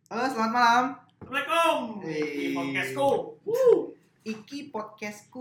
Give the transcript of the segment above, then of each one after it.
Halo, selamat malam. Assalamualaikum. Iki podcastku. Iki podcastku.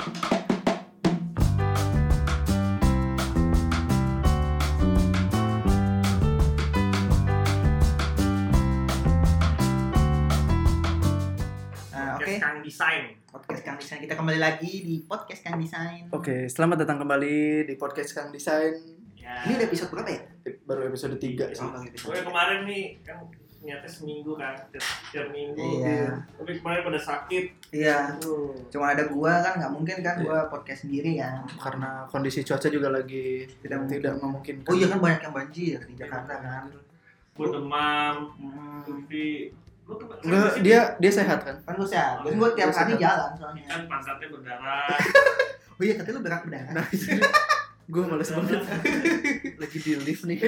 Podcast Kang Desain. Podcast Kang Desain. Kita kembali lagi di podcast Kang Desain. Oke, selamat datang kembali di podcast Kang Desain. Ya. Ini udah episode berapa ya? Baru episode 3 sih. Gue kemarin nih kan niatnya seminggu kan, tiap minggu. Iya. Tapi kemarin pada sakit. Iya. Cuma ada gua kan, nggak mungkin kan gua podcast sendiri kan. Karena kondisi cuaca juga lagi tidak memungkinkan. Oh iya kan banyak yang banjir di Jakarta kan. Gue demam. Hmm. Tapi lu Enggak, dia sehat kan? Kan gua sehat. Gua tiap hari jalan soalnya. kan pantatnya berdarah. Oh iya katanya lu berat berdarah. Nah, gue males banget. Lagi di lift nih.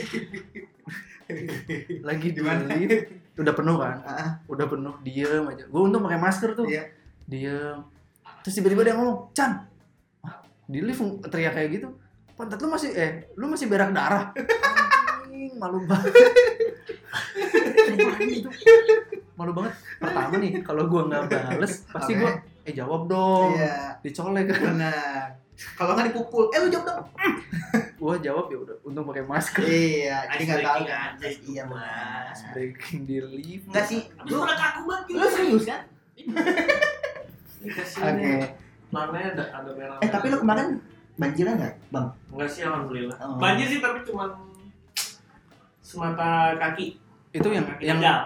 Lagi di lift. Udah penuh kan? Udah penuh, diem aja. Gue untung pakai masker tuh. Iya. Diem. Terus tiba-tiba dia ngomong, "Chan, di lift teriak kayak gitu. Pantat lu masih berak darah." Anjing, malu banget. Malu banget. Pertama nih, kalau gue nggak bales, pasti gue jawab dong. Iya. Dicolek kan. Benar. Kalau nggak dipukul, lu jawab dong. Gue jawab ya udah, untung pakai masker. Iya, jadi nggak tahu Icebreaking kan. aja itu, Iya Mas. benar. Breaking di lift. Enggak sih, Lu udah kaku banget gitu. lu serius kan? Oke. Warnanya ada merah. Tapi lu kemarin banjiran nggak, Bang? Enggak sih, alhamdulillah. Oh. Banjir sih tapi cuma semata kaki. Itu yang Tinggal.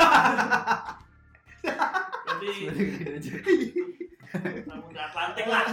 Jadi namun Atlantik lah.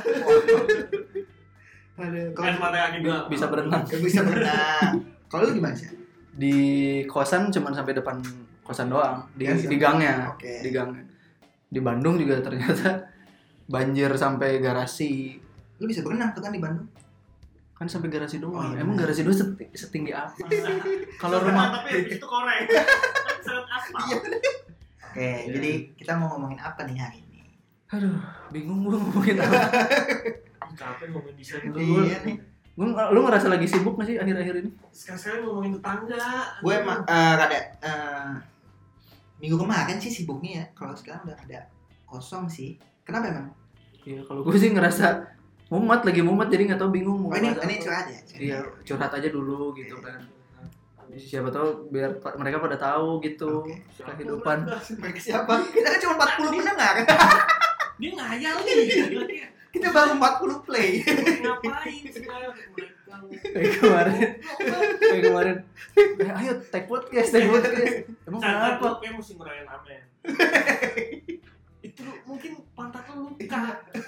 Bukan semata kaki doang. bisa berenang. Bisa berenang. Kalau lu gimana sih? Di kosan cuman sampai depan kosan doang, di Biasa. gangnya. Oke. Di gangnya. Di Bandung juga ternyata banjir sampai garasi. Lu bisa berenang tuh kan di Bandung? Kan sampai garasi doang. Oh, iya. Emang garasi doang setinggi apa? Kalau rumah tapi habis itu koreng. Kan seret aspal. Oke, jadi kita mau ngomongin apa nih hari ini? aduh, bingung gua ngomongin apa. Capek ngomongin desain dulu. Iya nih. Lu ngerasa lagi sibuk gak sih akhir-akhir ini? Sekarang ngomongin tetangga. Gue emang rada minggu kemarin sih sibuknya ya. Kalau sekarang udah ada kosong sih. Kenapa emang? Iya, kalau gue sih ngerasa lagi mumet jadi nggak tahu bingung mau Oh ini bahas apa. curhat ya? Iya, curhat aja dulu gitu kan. Siapa tahu biar mereka pada tahu gitu Oke. kehidupan. Mereka siapa? Kita kan cuma 40 pendengar. Dia ngayal nih. Kita baru 40 play. Ngapain sekarang mereka? Kayak kemarin. Ayo take podcast. Emang kenapa? Kayak mesti ngerayain amen. Itu mungkin pantat lu luka.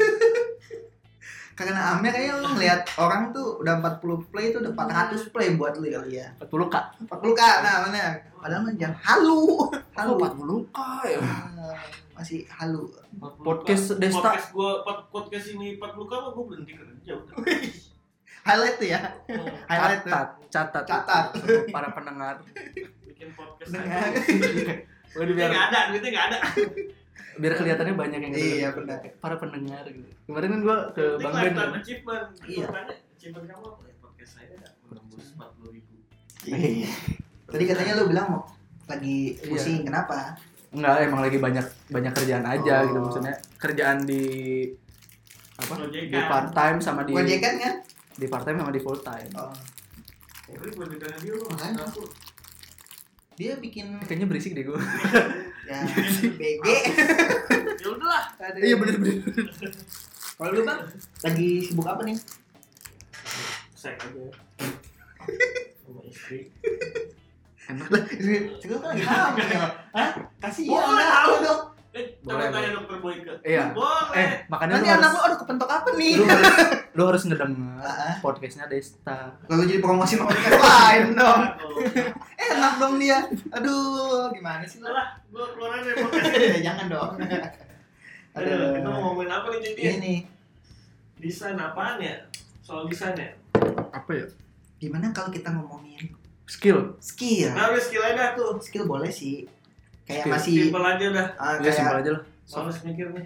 Karena Amer kayaknya lu ngeliat orang tuh udah 40 play itu udah 400 play buat lu kali ya. 40k. 40k, nah mana? Padahal mah jangan halu. Halo 40k ya. Masih halu. Podcast Desta. Podcast ini 40 kali gue berhenti kerja udah. Highlight tuh ya. Highlight tuh. Catat. Catat. Untuk para pendengar. Bikin podcast Dengar. aja. Duitnya nggak ada, duitnya nggak ada. Biar kelihatannya banyak yang Iya, ngedengerin. benar. Para pendengar gitu. Kemarin kan gua ke Ini Bang Ben. lifetime achievement. Iya. Tanya, achievement kamu apa ya? Podcast saya menembus 40.000. Iya. Tadi katanya lu bilang mau lagi pusing, kenapa? Enggak, emang lagi banyak kerjaan aja Oh. gitu, maksudnya kerjaan di apa? Proyekan. Di part time sama di Gojekan kan? di part time sama di full time. Oh. Tapi proyekannya dia lu Makanya. masih aku. Dia bikin Kayaknya berisik deh gua. ya BG. Ya udahlah. Iya bener. Kalau lu Bang, lagi sibuk apa nih? Sek aja. Sama istri. Enak. Lah, itu kan lagi hamil. Hah? Kasih ya. Boleh, tahu tahu. dong. Boleh, Tanya boleh. dokter Boyke. Iya. Boleh. Makanya Nanti lu anak harus lu aduh kepentok apa nih? lu harus ngedenger Ah. podcastnya Desta. Lalu jadi promosi podcast lain dong. Enak dong dia. Aduh, gimana sih lu? Salah, gua keluarin dari podcast ini. Jangan dong. Aduh, kita mau ngomongin apa nih jadi? Ini Desain apaan ya? Soal desain ya? Apa ya? gimana kalau kita ngomongin Skill. skill? Nah, udah skill aja tuh. Skill boleh sih. Kayak Skill. masih Simpel aja udah. Iya, simpel aja lah. Males mikir nih.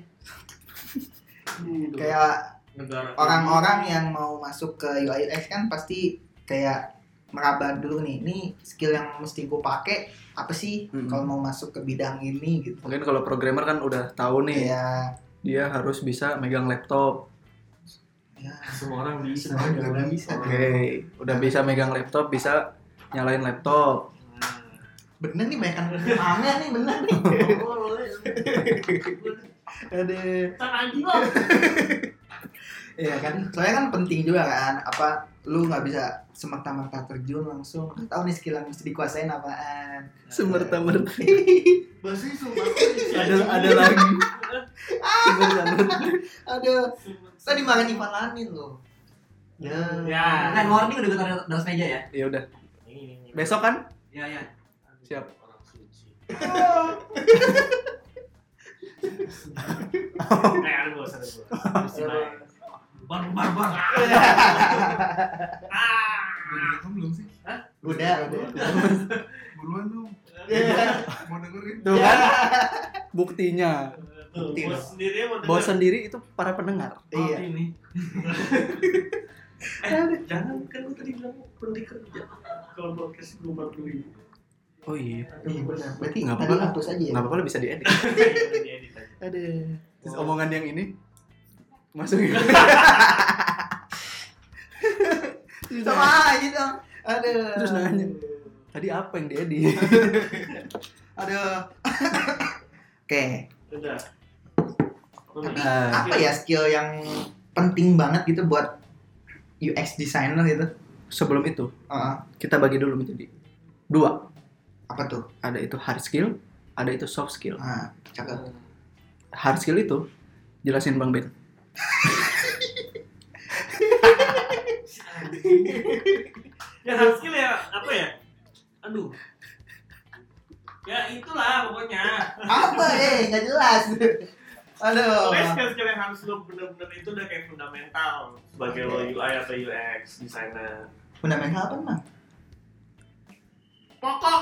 kayak Negara. orang-orang yang mau masuk ke UI UX kan pasti kayak meraba dulu nih. Ini skill yang mesti gue pakai apa sih kalau mau masuk ke bidang ini gitu. Mungkin kalau programmer kan udah tahu nih, Ya, dia harus bisa megang laptop. ya. Semua orang bisa. Semua juga udah bisa. Oke, udah bisa megang laptop, bisa nyalain laptop. Bener nih banyak manga nih, bener nih. Ada. Anjing lo. Iya kan, soalnya kan penting juga kan, apa lu nggak bisa semerta-merta terjun langsung, lu tahu nih skill yang mesti dikuasain apaan. Semerta-merta. Bahasanya sumpah. ada lagi. Semerta-merta. Aduh, tadi malah nyipalanin lo. Ya. Ya. Nah, warning udah taruh di atas meja ya? Ya udah. Ini. Besok kan? Ya, ya. Siap. Orang suci. Ada bos, ada bos. Bar. Udah belum sih? Udah. Buruan dong. Mau dengerin? Tuh kan? Buktinya. Tuh, bos sendiri mau dengar. Bos sendiri itu para pendengar. Iya. Ini. Jangan kan lu tadi bilang berhenti kerja. Kalau podcast 20.000. Oh iya. Iya benar. Berarti Nggak tadi apa-apa. hapus aja ya. Nggak apa-apa lah, bisa diedit. Diedit aja. Ada. Terus omongan yang ini masukin. Sama aja dong. Aduh. Terus nanya, tadi apa yang diedit? Aduh. Oke. Udah. Apa ya skill yang penting banget gitu buat UX designer gitu? Sebelum itu, Heeh. kita bagi dulu menjadi 2. Apa tuh? Ada itu hard skill, ada itu soft skill. Nah, cakep. Hard skill itu jelasin Bang Ben. Ya hard skill ya apa ya? Aduh. Ya itulah pokoknya. Apa nggak jelas. Aduh. Pokoknya skill-skill yang harus lo bener-bener itu udah kayak fundamental sebagai lo UI atau UX designer. Fundamental apa emang? Pokok.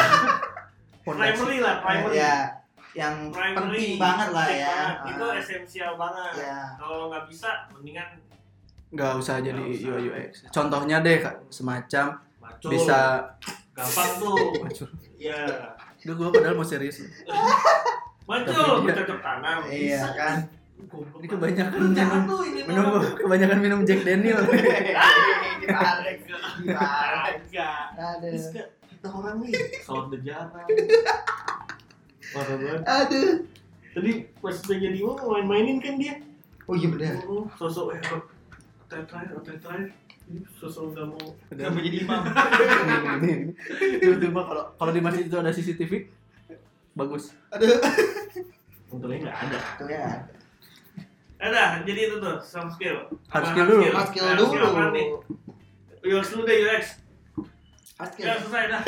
Primary lah, primary. Ya, yang penting banget lah penting ya. banget. Itu esensial banget. Ya. Kalau nggak bisa, mendingan Nggak usah jadi Nggak usah. UI UX. Contohnya deh Kak, semacam macul. bisa Gampang tuh. macul. Iya. Duh, gue padahal mau serius. Macul, Tapi dia- bercocok tanam. Iya Bisa. kan. Ini kebanyakan Lu jangan minum, tuh ini kebanyakan minum Jack Daniel. Dibalik. Dibalik. Enggak. Aduh. Kita orang nih. Sholat berjamaah. Parah banget. Aduh. Tadi pas udah jadi mau main-mainin kan dia. Oh iya benar. Sosok terakhir. Ini sosok nggak mau Udah. nggak mau jadi imam. Tiba-tiba kalau di masjid itu ada CCTV, bagus. Aduh. Untungnya nggak ada. Tuh ya. Ada, jadi itu tuh soft skill. Hard Apa skill dulu. Hard skill Hard dulu. apaan nih? UX dulu deh UX. Hard skill. Ya selesai dah.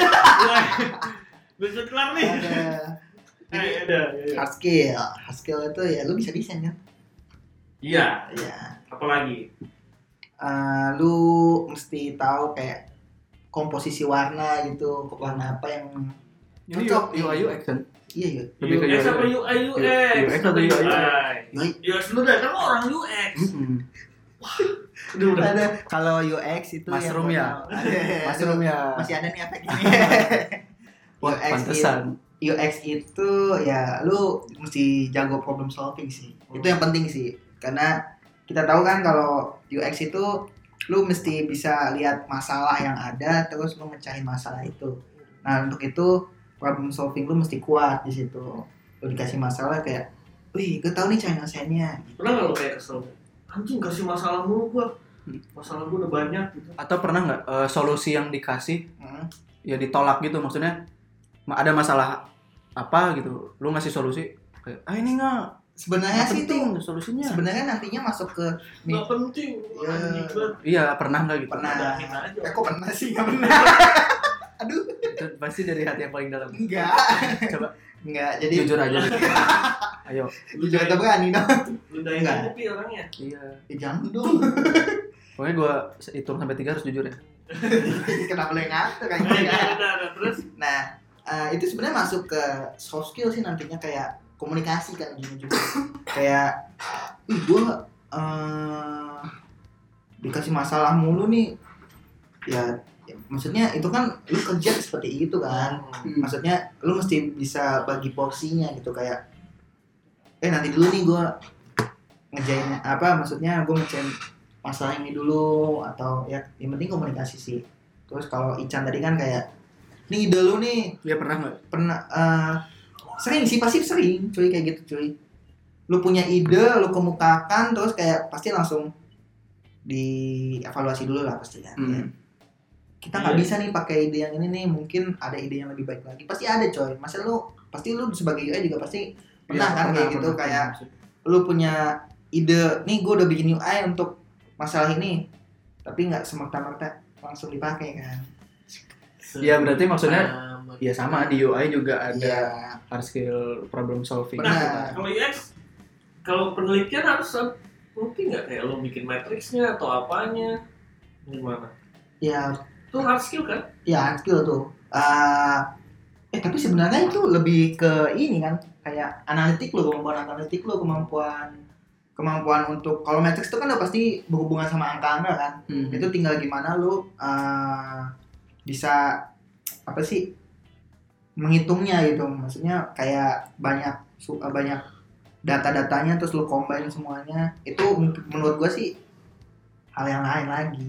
Bisa kelar nih. Ada. Ada. Hard skill. Hard skill itu ya lu bisa desain kan? Iya. Iya. Apalagi? Lu mesti tahu kayak komposisi warna gitu, warna apa yang Ini cocok UI UX kan? iya iya. Lebih ke UX UI. apa UI UX? UX atau UI? UI. UX dulu dah, kan lo orang UX. Mm-mm. Udah. Ada kalau UX itu Mushroom yang ya? Mushroom ya. masih ada nih efek ini. Wah, pantesan. UX itu ya lu mesti jago problem solving sih. Itu yang penting sih. Karena kita tahu kan kalau UX itu lu mesti bisa lihat masalah yang ada terus lu mecahin masalah itu. Nah, untuk itu problem solving lu mesti kuat di situ. Lu dikasih masalah kayak, "Wih, gue tahu nih cara nyelesainnya." Pernah nggak lo kayak kesel? Anjing kasih masalah mulu gua. Masalah gua udah banyak gitu. Atau pernah nggak solusi yang dikasih Hmm. ya ditolak gitu, maksudnya ada masalah apa gitu, lu ngasih solusi kayak ini nggak Sebenarnya sih itu penting solusinya. sebenarnya nantinya masuk ke Nggak penting. Ya. Anjing banget. Iya, pernah nggak gitu? pernah. Udahin aja. Kok pernah sih? Nggak pernah. Aduh, Itu pasti dari hati yang paling dalam. enggak. Coba Enggak, jadi jujur aja. Ayo. jujur atau berani dong. Ludahin Enggak. aja Pi orangnya. Iya. Jangan dong. Pokoknya gua hitung sampai 3 harus jujur ya. Kenapa boleh ngatur kayak Udah, gitu ya? udah, terus Nah, itu sebenarnya masuk ke soft skill sih nantinya kayak komunikasi kan gini juga. Kayak, gua dikasih masalah mulu nih. Ya maksudnya itu kan lu kerja seperti itu kan. Maksudnya lu mesti bisa bagi porsinya gitu, kayak nanti dulu nih gue ngerjain apa, maksudnya gue ngerjain masalah ini dulu, atau ya yang penting komunikasi sih. Terus kalau Ican tadi kan kayak nih ide lu nih, Ya pernah nggak? pernah sering sih, pasti sering cuy kayak gitu cuy. Lu punya ide, lu kemukakan, terus kayak pasti langsung dievaluasi dulu lah pasti kan. Kita nggak bisa nih pakai ide yang ini nih, mungkin ada ide yang lebih baik lagi, pasti ada coy. Masa lu sebagai UI juga pasti pernah kan kayak gitu, kayak lu punya ide nih, gue udah bikin UI untuk masalah ini, tapi nggak semerta-merta langsung dipakai kan. Ya berarti maksudnya ya sama di UI juga ada Iya. hard skill problem solving. Benar. Kalau UX, kalau penelitian harus mungkin nggak kayak lo bikin matriksnya atau apanya, gimana? Ya, Itu hard skill kan? ya hard skill tuh. Tapi sebenarnya itu lebih ke ini kan, kayak analitik lo, kemampuan untuk, kalau matrix itu kan udah pasti berhubungan sama angka-angka kan. Itu tinggal gimana lu bisa apa sih menghitungnya gitu, maksudnya kayak banyak data-datanya terus lu combine semuanya, itu menurut gua sih hal yang lain lagi.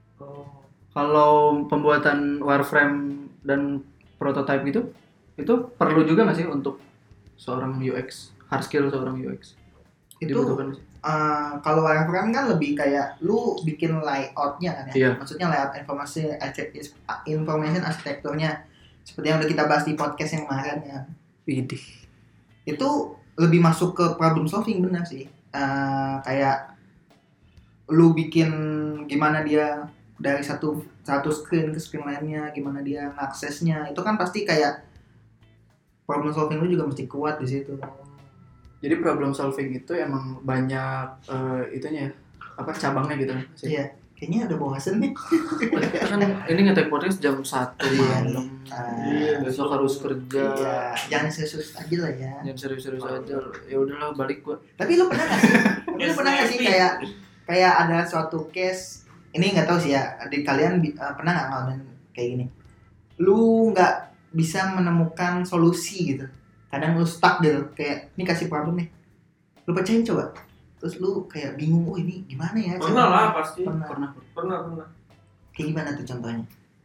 Kalau pembuatan wireframe dan prototype itu perlu juga nggak sih untuk seorang UX, hard skill seorang UX? Itu Dibutuhkan sih. kalau wireframe kan lebih kayak lu bikin layoutnya kan ya. Iya. Maksudnya layout information arsitekturnya, seperti yang udah kita bahas di podcast yang kemarin ya. Widih. Itu lebih masuk ke problem solving, benar sih. Kayak lu bikin gimana dia dari satu screen ke screen lainnya, gimana dia aksesnya, itu kan pasti kayak problem solving lu juga mesti kuat di situ. Jadi problem solving itu emang banyak itunya ya, apa cabangnya gitu sih. Iya, kayaknya udah bosan nih. Kan ini ngetek podcast jam 1 malam. Besok harus kerja. Iya, jangan serius aja lah ya. Jangan serius-serius aja. Ya udahlah balik gua. Tapi lu pernah gak sih? kayak ada suatu case, ini nggak tahu sih ya, di kalian pernah nggak ngalamin kayak gini? Lu nggak bisa menemukan solusi gitu. Kadang lu stuck gitu, kayak ini kasih problem nih, lu pecahin coba, terus lu kayak bingung, ini gimana ya? Pernah lah pasti. Pernah. Pernah. Kayak gimana tuh contohnya?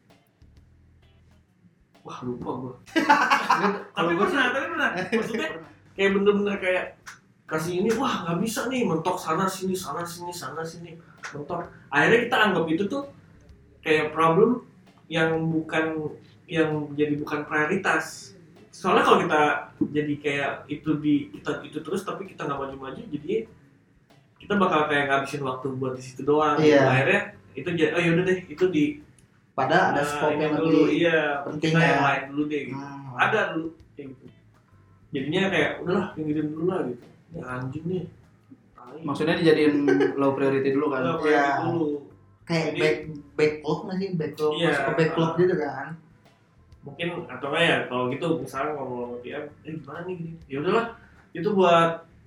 Wah lupa gua. Kalau Tapi gua sih pernah. Maksudnya kayak bener-bener kayak kasih ini, wah nggak bisa nih, mentok sana sini, mentok. Akhirnya kita anggap itu tuh kayak problem yang jadi bukan prioritas. Soalnya kalau kita jadi kayak itu terus, tapi kita nggak maju-maju, jadi kita bakal kayak ngabisin waktu buat di situ doang. Iya. Akhirnya itu jadi, yaudah deh, itu di Padahal ada scope yang dulu, lebih iya, penting kita ya. yang lain dulu deh gitu. Ada dulu kayak gitu. Jadinya kayak udahlah pinggirin dulu lah gitu. Ya anjing nih. maksudnya dijadiin low priority dulu kan. Udah Iya. priority dulu. kayak Jadi- backlog nggak sih, backlog Iya. masuk ke backlog gitu kan. Mungkin atau enggak ya kalau gitu misalnya ngomong PM, gimana nih gini. Ya udahlah, itu buat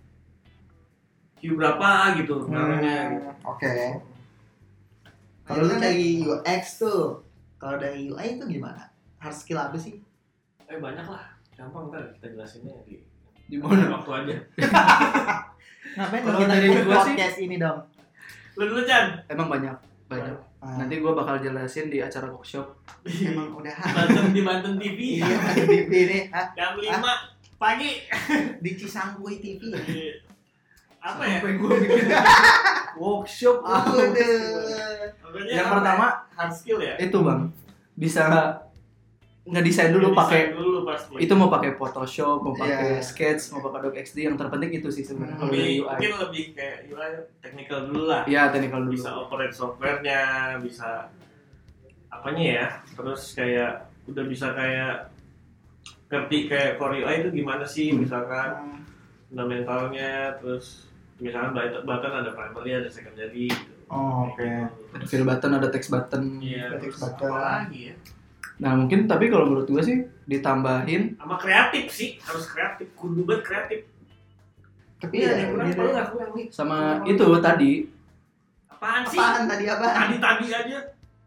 Q berapa gitu namanya gitu. Oke. Kalau lu dari UX tuh, kalau dari UI itu gimana? Hard skill apa sih? Banyak lah. Gampang ntar kita jelasinnya Di mana? waktu aja. Ngapain Kalau dong kita dari ikut gua sih- podcast ini dong? Lu dulu Chan. Emang banyak. Nanti gua bakal jelasin di acara workshop. emang udah Di Banten TV. iya di TV nih, Jam 5 pagi. di Cisangkuy TV. Apa ya? Workshop. Aduh. Pokoknya Yang apa pertama ya? Hard skill ya. itu bang, bisa ngedesain dulu pakai dulu pasti. itu, mau pakai Photoshop, mau pakai Iya. Sketch, mau pakai Adobe XD, yang terpenting itu sih sebenarnya kalau lebih, dari UI. mungkin lebih kayak UI technical dulu lah. Iya, technical dulu. Bisa operate softwarenya, bisa apanya ya. Terus kayak udah bisa kayak ngerti kayak core UI itu gimana sih, misalkan fundamentalnya, terus misalkan button ada primary, ada secondary gitu. Oh, oke. Ada fill button, ada text button. Iya, Text terus button. apa lagi ya? Nah mungkin, tapi kalau menurut gue sih ditambahin Sama kreatif sih, harus kreatif, kudu banget kreatif. Tapi Iya, ya yang kurang gitu. kalau nggak kurang nih. sama itu tadi Apaan sih? Apaan tadi apa? Tadi aja.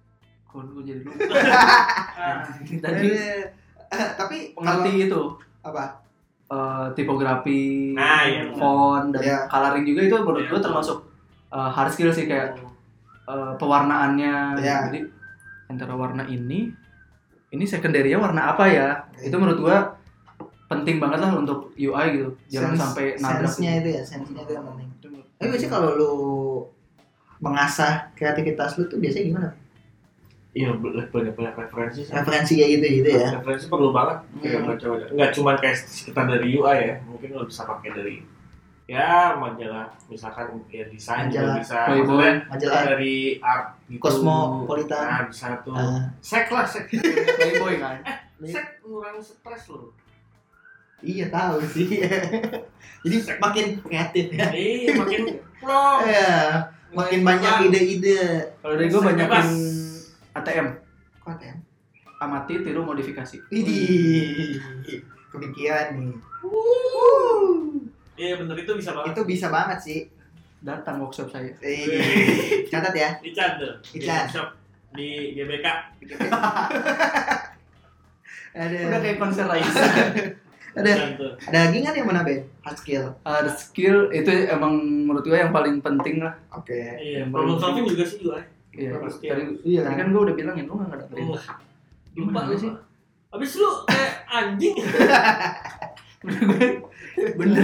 Kok gue jadi lupa. Ah, Tadi Tapi pengerti itu apa? tipografi, Nah, iya. font dan Iya. coloring juga itu menurut Iya. gue termasuk hard skill sih, kayak pewarnaannya. Iya. Jadi antara warna ini secondary-nya warna apa ya? Itu menurut gue penting banget lah untuk UI gitu. Jangan sampai nabrak. Sense-nya itu ya, sense-nya itu yang penting. Tapi biasanya kalau lu mengasah kreativitas lu tuh biasanya gimana? Iya, banyak referensi sih. Referensi kayak gitu ya. Referensi perlu banget kayak baca-baca. Nggak cuma kayak sekitar dari UI ya, mungkin lo bisa pakai dari ya majalah, misalkan ya desain Majalah juga bisa, Playboy, maksudnya majalah dari art gitu. Cosmopolitan. Nah, bisa tuh. Ah. Sek lah, sek. Playboy kan. Sek ngurangin stres lo. Iya tahu sih. Jadi makin kreatif ya. Iya, makin plong. Iya, makin banyak ide-ide. Kalau dari gue banyakin ATM, Kok ya? amati, tiru, modifikasi. Widih, kepikiran nih. Iya bener, itu bisa banget. Itu bisa banget sih. Datang workshop saya. Catat ya. Ican tuh. Ican. Di shop di GBK. Udah kayak konser Raisa. Ada Ican tuh. ada lagi nggak yang mana Ben? Hard skill. Hard skill itu emang menurut gue yang paling penting lah. Oke. Iya, problem solving juga sih UI. Iya. Hard skill. Tadi kan gue udah bilangin lu nggak dengerin. Lupa Gimana sih? Abis lu kayak anjing. Bener.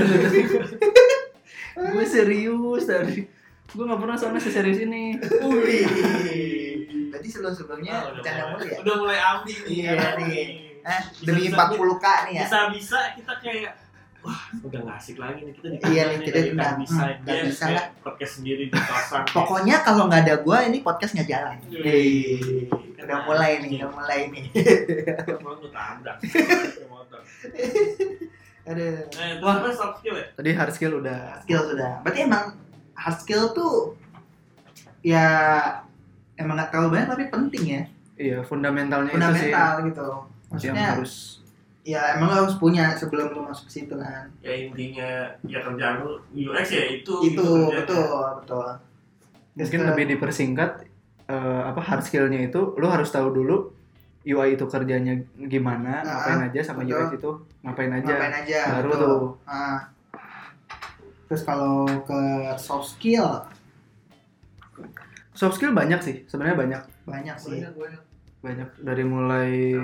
Gue serius tadi. Gue nggak pernah soalnya seserius ini. Berarti sebelumnya bercanda mulu ya? Udah mulai ambil nih. Iya ya. nih. Demi Bisa-bisa 40k nih ya. Bisa-bisa kita kayak wah, udah nggak asik lagi nih kita Iya nih, kita udah desain. nggak Dia bisa kayak lah. podcast sendiri di kosan. Pokoknya kalau nggak ada gua ini podcast nggak jalan. Wih, Udah mulai nih. Mau lu tabrak. Motor. Aduh. Itu apa soft skill ya? Tadi hard skill udah. Skill sudah. Berarti emang hard skill tuh ya emang nggak terlalu banyak tapi penting ya. Iya, fundamentalnya itu Fundamental gitu. sih Maksudnya yang harus. ya emang lo harus punya sebelum lo masuk ke situ kan. Ya intinya ya kerjaan lu UX ya itu Itu kerjaan. betul. Mungkin lebih dipersingkat hard skillnya itu lo harus tahu dulu UI itu kerjanya gimana, ngapain aja, sama betul. UX itu ngapain aja. Ngapain aja. Baru betul. tuh. Terus kalau ke soft skill Soft skill banyak sih, sebenarnya banyak banyak sih. banyak dari mulai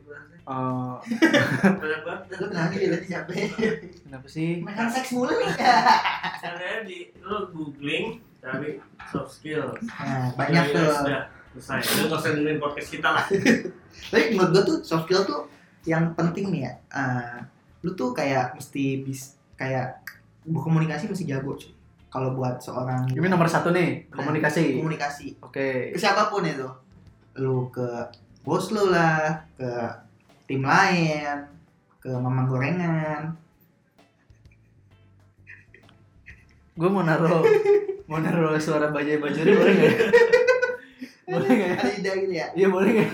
Banyak banget. Lu kenapa sih berarti capek? kenapa sih? Makan seks mulu nih. Caranya di lu googling cari soft skill. Nah, banyak tuh. Sudah selesai. Lu nggak usah dengerin podcast kita lah. Tapi menurut gua tuh soft skill tuh yang penting nih ya. Lu tuh kayak mesti kayak berkomunikasi mesti jago cuy. Kalau buat seorang Ini nomor satu nih, komunikasi. komunikasi Oke. ke siapapun itu. Lu ke bos lu lah, ke tim lain, ke mamang gorengan. Gue mau naruh suara bajai-bajuri boleh nggak? Boleh nggak ya? Ada ide gitu ya? Iya boleh nggak?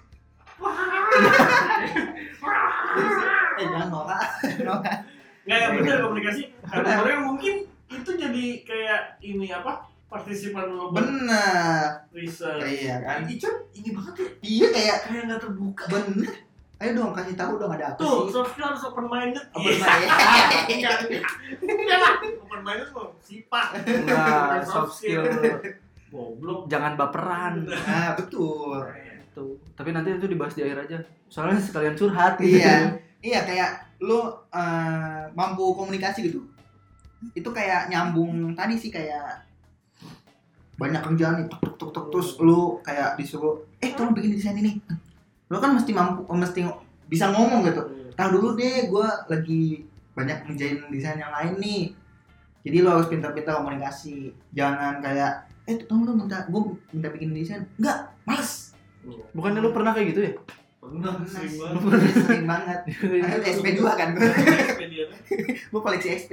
Jangan norak. Nggak ya bener komunikasi. Karena orang mungkin itu jadi kayak ini apa? Partisipan lu Bener. research. Iya kan? Ican ini banget ya. Iya kayak Kayak nggak terbuka. bener. Ayo dong kasih tahu dong ada apa Tuh, sih? soft skill harus open minded. Open minded. Enggak lah. Open minded mau sifat. Enggak, soft skill. Goblok. Jangan baperan. Nah betul. Tuh. Tapi nanti itu dibahas di akhir aja. Soalnya sekalian curhat gitu. Iya kayak lu mampu komunikasi gitu. Itu kayak nyambung tadi sih, kayak banyak kerjaan nih tuk terus lu kayak disuruh tolong bikin desain ini. Lu kan mesti bisa ngomong gitu. Tahu dulu deh, gue lagi banyak ngerjain desain yang lain nih. Jadi lo harus pintar-pintar komunikasi. Jangan kayak tolong lu gue minta bikin desain. Enggak, males. Bukannya lu pernah kayak gitu ya? Pernah, sering banget. Sering banget. SP2 kan gue. Gue koleksi SP.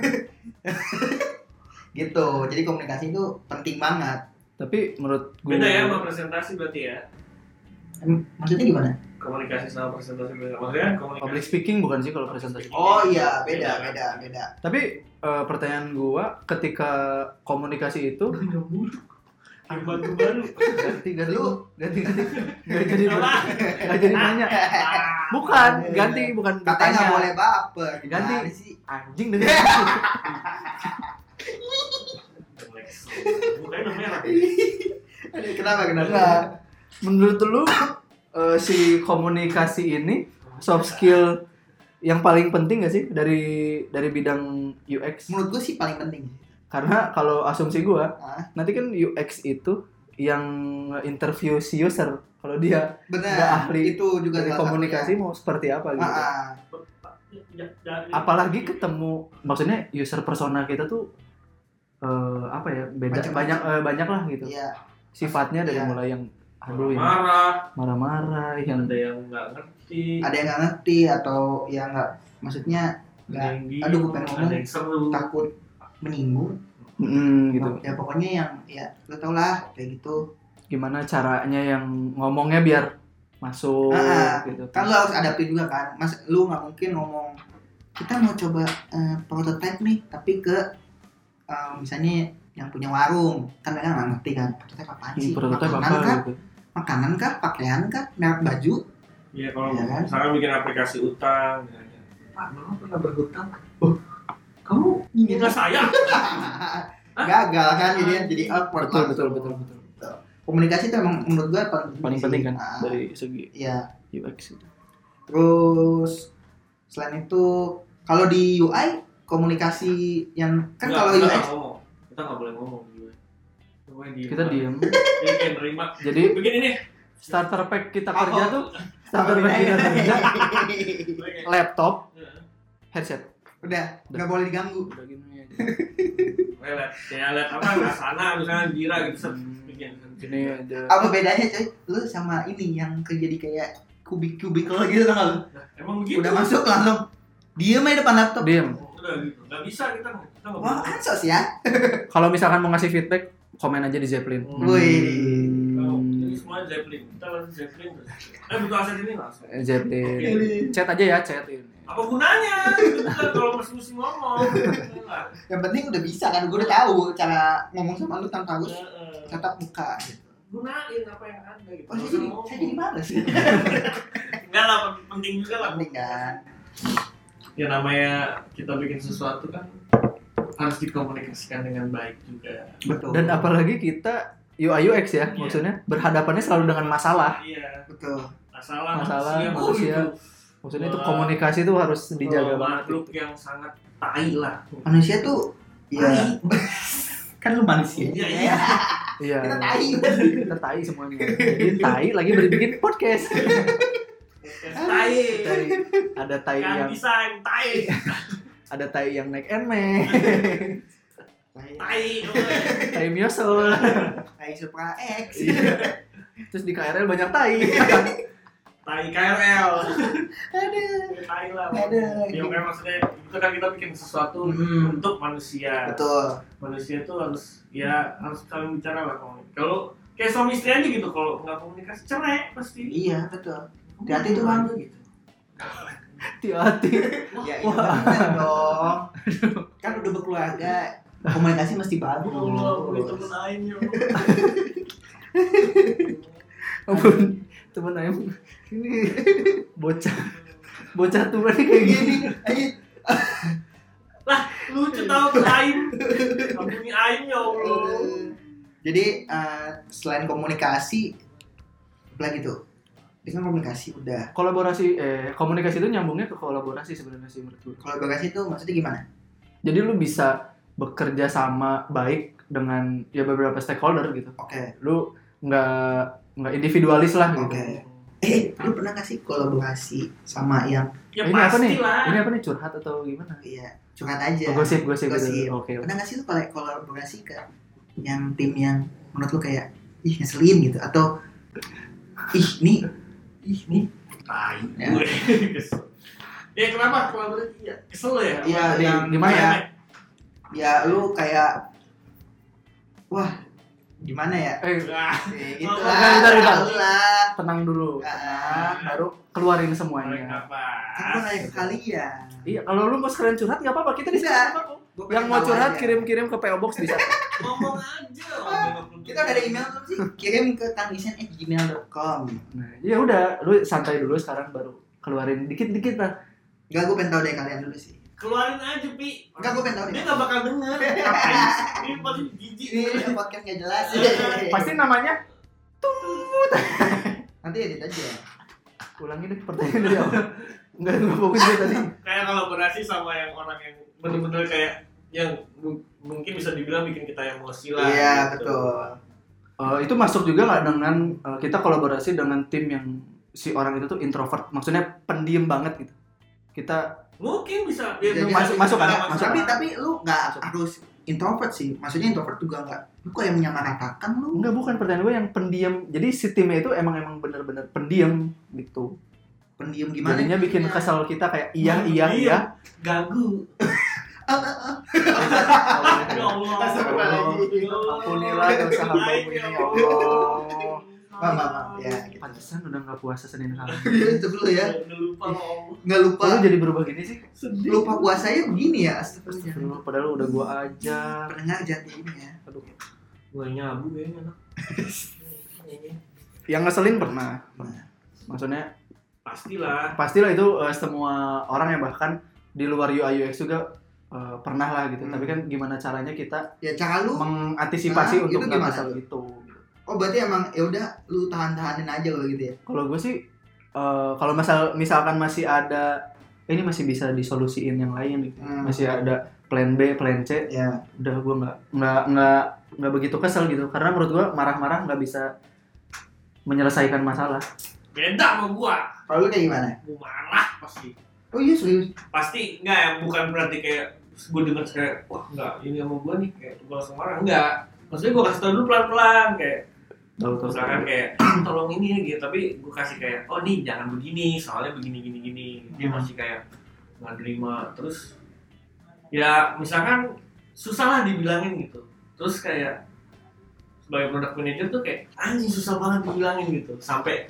Gitu. Jadi komunikasi itu penting banget. Tapi menurut gue Beda ya sama presentasi berarti ya. Maksudnya gimana? Komunikasi sama presentasi beda. Maksudnya komunikasi. public speaking bukan sih kalau presentasi. Oh iya, beda. Tapi pertanyaan gua, ketika komunikasi itu Pembantu baru. Ganti Lu Nggak jadi Apa? nggak jadi nanya. Bukan, ganti bukan katanya bertanya. nggak boleh baper. Ganti. Gimana sih? Anjing dengan Mukanya udah merah. Kenapa? Enggak. Menurut lu si komunikasi ini soft skill yang paling penting gak sih dari bidang UX? Menurut gue sih paling penting. Karena kalau asumsi gua, Ah, nanti kan UX itu yang interview si user. Kalau dia nggak benar. ahli Itu juga dari salah komunikasi satunya. mau seperti apa gitu. Apalagi ketemu, maksudnya user persona kita tuh apa ya, beda Macam-macam. banyak lah gitu. Iya. Sifatnya dari Iya. mulai yang aduh yang marah, marah-marah, yang ada yang nggak ngerti, Ada yang nggak ngerti atau yang nggak, maksudnya ada nggak, yang diem, aduh gue pengen ada ngomong yang seru. takut menyinggung. gitu. Ya pokoknya yang ya lo tau lah kayak gitu. Gimana caranya yang ngomongnya biar masuk gitu. Kan lo harus adaptif juga kan. Mas, lu nggak mungkin ngomong kita mau coba prototype nih, tapi ke misalnya yang punya warung, kan mereka nggak ngerti kan prototype apaan sih, Prototype makanan apa kah, gitu. makanan kah, pakaian kah, merek baju. Iya, kalau Iya kan? misalkan bikin aplikasi utang, Pak, Mama pernah berhutang. Oh, kamu minta saya? Gagal kan jadi awkward. Betul. Komunikasi itu emang menurut gua Paling sih. penting kan Ah, dari segi iya. UX itu. Terus selain itu kalau di UI komunikasi yang kan Nggak, kalau kita UX nggak ngomong. Kita nggak boleh ngomong juga. Kita diem. Jadi kayak nerima. Jadi Begini nih. starter pack kita kerja tuh starter pack kita kerja laptop, headset. udah nggak boleh diganggu. Udah gini aja. Lihat apa nggak sana misalnya Jira gitu set bikin. Gini aja. Apa bedanya coy lu sama ini yang kerja di kayak kubikel gitu tau gak lu? Nah, emang begitu. Udah masuk langsung diem aja depan laptop. Diem. Udah gitu. Nggak bisa kita nggak Wah boleh. ansos ya. Kalau misalkan mau ngasih feedback, komen aja di Zeppelin. Wih. Jadi semuanya Zeppelin. Kita langsung Zeppelin terus. Butuh aset ini langsung. Zeppelin. Oke. Chat aja ya, chat ini. Apa gunanya? Gitu kan kalau mesti ngomong. Yang penting udah bisa kan, gue udah tahu cara ngomong sama lu tanpa harus tatap muka. Gunain apa yang ada gitu. Oh saya jadi males. Enggak lah, penting juga lah. Penting kan. Ya namanya kita bikin sesuatu kan harus dikomunikasikan dengan baik juga. Betul. Dan apalagi kita UI UX ya, Iya. maksudnya berhadapannya selalu dengan masalah. Iya. Betul. Masalah Manusia. manusia. Maksudnya itu Wah. komunikasi itu harus dijaga banget. Makhluk yang sangat tai lah. Manusia tuh ya kan lu manusia. Iya, iya. Iya. Kita tai. Kita tai semuanya. Jadi tai lagi bikin podcast. Tai. Tai. Ada tai Kan yang desain tai. ada tai yang naik enme. Tai. Tai miosol. Tai Supra X. Terus di KRL banyak tai. Tai KRL. Aduh. Tai lah. Aduh. Ya kayak maksudnya itu kan kita bikin sesuatu Hmm. untuk manusia. Betul. Manusia itu harus saling bicara lah kalau kayak suami istri aja gitu, kalau nggak komunikasi cerai pasti. Iya betul. Hati-hati tuh bang. gitu. Hati-hati. Ya iya bener dong. Kan udah berkeluarga, komunikasi mesti bagus. Allah, punya temen lain yo. Ampun, temen ayam ini bocah tua nih kayak gini. Lah, lucu tau tuh Aim. Kampungnya Aim ya Allah. Jadi selain komunikasi, apa lagi tuh? Dengan komunikasi udah. Komunikasi itu nyambungnya ke kolaborasi sebenarnya sih menurut gue. Kolaborasi itu maksudnya gimana? Jadi lu bisa bekerja sama baik dengan ya beberapa stakeholder gitu. Oke. Lu nggak individualis lah gitu. Oke. Lu pernah nggak sih kolaborasi sama yang Ya Ini apa nih? pasti lah. Ini apa nih, curhat atau gimana? iya curhat aja? Oh, gosip Gosip. gitu. Oke. Pernah nggak sih lu kolaborasi ke yang tim yang menurut lu kayak ih ngeselin gitu atau ih nih Tai. Ya. Gue kesel. Ya kenapa kolaborasi? Ya kesel ya. Iya, Sama yang gimana kayak, ya lu kayak wah gimana ya? Ah, Gitu Oh, lah. bentar. Tahu lah. Tenang dulu. Ah, Baru keluarin Paling semuanya. apa? kan gua nanya ke kalian. Iya, kalau lu mau sekalian curhat nggak apa-apa, kita di sini Enggak. sama kok. Gua Yang pengen mau tahu curhat aja. kirim-kirim ke PO Box bisa. Ngomong aja. Kita udah ada email belum sih? Kirim ke tanisen@gmail.com. Nah, ya udah, lu santai dulu sekarang baru keluarin dikit-dikit lah. Enggak, gue pengen tahu dari kalian dulu sih. Keluarin aja, Pi. Enggak, gue pengen tahu Dia deh. nggak bakal denger. Ngapain sih? Ini pasti jijik. Ini podcast nggak jelas. Pasti namanya Nanti edit aja. ulangin deh pertanyaan dari awal. Enggak fokus dia tadi. Kayak kolaborasi sama yang orang yang bener-bener kayak yang mungkin bisa dibilang bikin kita emosi lah. Iya, gitu. betul. Itu masuk juga nggak dengan kita kolaborasi dengan tim yang si orang itu tuh introvert, maksudnya pendiam banget gitu. Kita Mungkin bisa. Jadi masuk kan ya? Masuk. Masuk. Tapi lu nggak harus introvert sih. Maksudnya introvert juga nggak. Lu kok yang menyamaratakan lu? enggak, bukan, pertanyaan gue yang pendiam. Jadi si timnya itu emang bener-bener pendiam gitu. Pendiam gimana? Jadinya bikin Ya. kesal kita kayak iya. Ganggu. Ya Allah. Astagfirullahaladzim. Ampunilah dosa hambamu ini ya Allah. Maaf, ya. Gitu. Pantesan udah nggak puasa Senin kali. Itu dulu ya. Udah lupa sama Allah. Nggak lupa. Kok lu jadi berubah gini sih? Lupa puasanya begini ya. Astagfirullah. Astagfirullah, padahal udah gua ajar. Pendengar jangan kayak gini ya. Aduh. Gue nyabu kayaknya anak. Yang ngeselin pernah. Maksudnya Pastilah itu semua orang yang bahkan di luar UI UX juga pernah lah gitu. Tapi kan gimana caranya kita Ya cara lu. mengantisipasi Nah, untuk itu nggak gimana kesel tuh? gitu. Oh berarti emang ya udah lu tahan-tahanin aja kalau gitu ya. Kalau gue sih kalau misalkan masih ada ini masih bisa disolusiin yang lain gitu. Masih ada plan B, plan C. Ya. Udah gue nggak begitu kesel gitu. Karena menurut gue marah-marah nggak bisa menyelesaikan masalah. beda sama gua. Kalau lu kayak gimana? Gua marah pasti. Oh iya serius. Pasti enggak ya, bukan berarti kayak gua denger kayak wah enggak ini sama gua nih kayak gua langsung marah. Enggak. Maksudnya gua kasih tau dulu pelan-pelan kayak Tahu. misalkan kayak tolong ini ya gitu, tapi gua kasih kayak oh nih jangan begini, soalnya begini. Dia masih kayak nggak terima. Terus ya misalkan susah lah dibilangin gitu. Terus kayak sebagai product manager tuh kayak anjing susah banget dibilangin gitu. Sampai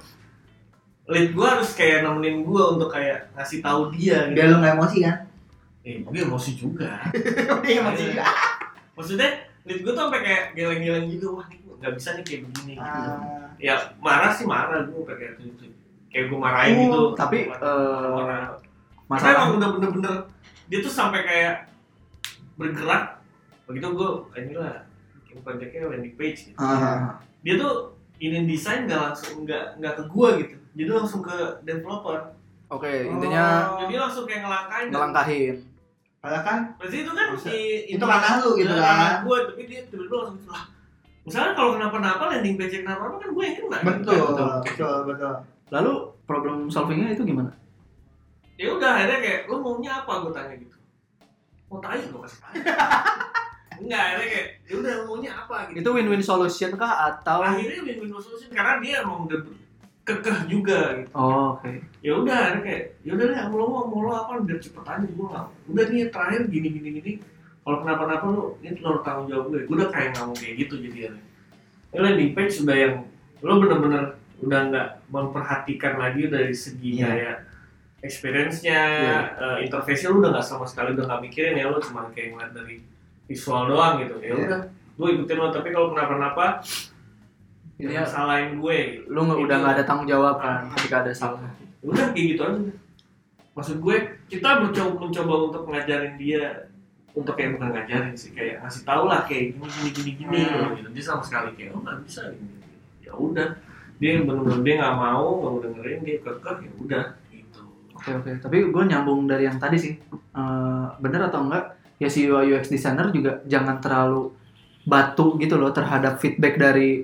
lead gue harus kayak nemenin gue untuk kayak ngasih tahu dia gitu. Biar lu nggak emosi kan? Gue emosi juga. Iya emosi juga. Maksudnya lead gue tuh sampai kayak geleng-geleng gitu. Wah, nih gue nggak bisa nih kayak begini gitu. Ya marah sih marah gue kayak gitu. Kayak gue marahin gitu. Tapi Karena masalah emang udah bener-bener dia tuh sampai kayak bergerak. Begitu gue inilah bikin projectnya landing page gitu. Dia tuh ini desain nggak langsung nggak ke gue gitu. Jadi langsung ke developer. Oke, intinya Jadi langsung kayak ngelangkain. ngelangkahin. Padahal kan Berarti itu kan itu ranah lu gitu kan. ranah gue, tapi dia tiba-tiba langsung lah. Misalnya kalau kenapa-napa landing page kenapa-napa kan gue yang kena. betul. Lalu problem solvingnya itu gimana? Ya udah akhirnya kayak lu maunya apa gue tanya gitu. Mau tai gue kasih tai. Enggak, akhirnya kayak ya udah lu maunya apa gitu. Itu win-win solution kah atau Akhirnya win-win solution karena dia emang udah kekeh juga gitu. Oh, oke. Ya udah akhirnya kayak ya udah deh mau lo apa biar cepet aja gue nggak udah nih terakhir gini kalau kenapa-napa lu ini lo tanggung jawab gue udah kayak nggak mau kayak gitu jadi ya landing page sudah yang lo bener-bener udah nggak memperhatikan lagi dari segi kayak experience-nya interface-nya lu udah nggak sama sekali udah nggak mikirin ya lo cuma kayak ngeliat dari visual doang gitu ya udah gue ikutin lo tapi kalau kenapa-napa Intinya salahin gue gitu. lu udah nggak ada tanggung jawab kan ketika ada salah. Udah kayak gitu aja. Maksud gue kita mencoba untuk ngajarin dia untuk kayak bukan ngajarin sih kayak ngasih tahu lah kayak gini loh gitu. Dia sama sekali kayak oh nggak bisa gitu. Ya udah dia benar-benar dia nggak mau dengerin dia kekeh ya udah gitu. Oke. Tapi gue nyambung dari yang tadi sih. Bener atau enggak? Ya si UI UX designer juga jangan terlalu batu gitu loh terhadap feedback dari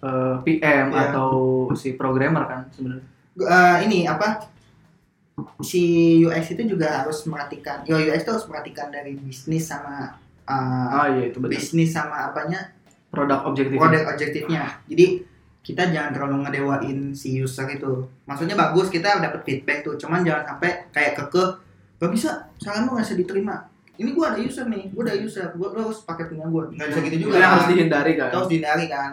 PM atau si programmer kan sebenarnya. Ini apa? Si UX itu juga harus merhatikan. UX itu harus merhatikan dari bisnis sama Iya itu benar. bisnis sama apanya? Produk Objektifnya. Jadi kita jangan terlalu ngedewain si user itu. Maksudnya bagus kita dapat feedback tuh, cuman jangan sampai kayak kekeh. Gak bisa, saran lu nggak bisa diterima. Ini gue ada user nih, gue harus pakai punya gue. Nggak bisa gitu juga. Itu yang harus dihindari kan. Harus dihindari kan.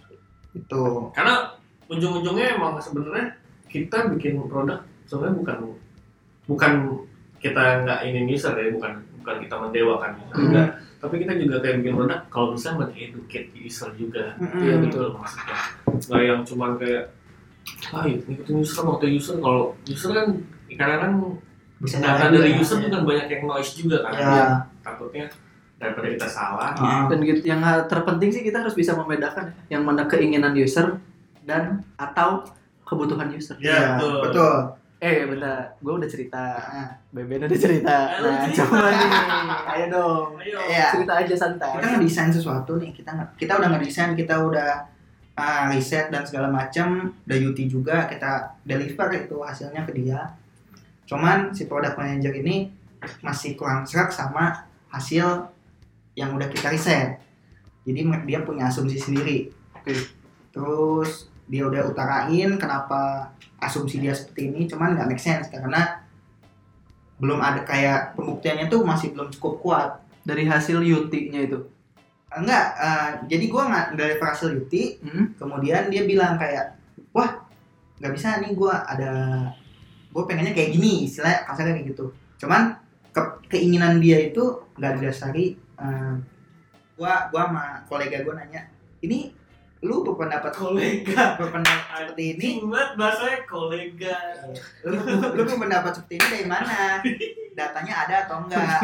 Itu. Karena ujung-ujungnya emang sebenarnya kita bikin produk sebenarnya bukan kita nggak ini user ya bukan bukan kita mendewakan enggak, tapi kita juga kayak bikin produk kalau bisa men-educate user juga. Iya betul. Maksudnya nggak yang cuman kayak ngikutin user waktu user, kalau user kan kadang-kadang Bisa data nyalain dari juga, user ya. juga banyak yang noise juga kan. Ya. Takutnya daripada kita salah. Dan gitu, yang terpenting sih kita harus bisa membedakan yang mana keinginan user dan atau kebutuhan user. Ya, Betul. Bentar, gue udah cerita. Nah, Beben udah cerita. Lu Nah, cerita. coba nih, ayo dong. Ayo. Iya. Cerita aja santai. Kita ngedesain sesuatu nih, kita udah ngedesain, kita udah riset dan segala macam, udah UT juga, kita deliver itu hasilnya ke dia. Cuman si product manager ini masih kurang serak sama hasil yang udah kita riset. Jadi dia punya asumsi sendiri. Oke. Terus dia udah utarain kenapa asumsi dia seperti ini, cuman nggak make sense karena belum ada kayak pembuktiannya tuh masih belum cukup kuat. Dari hasil UT-nya itu. Enggak, jadi gue nggak dari hasil UT, kemudian dia bilang kayak, wah nggak bisa nih, gue pengennya kayak gini, istilahnya kasarnya kayak gitu. Cuman keinginan dia itu nggak didasari. Gue sama kolega gue nanya, ini lu berpendapat seperti ini, Buat bahasanya kolega. lu berpendapat seperti ini dari mana? Datanya ada atau enggak?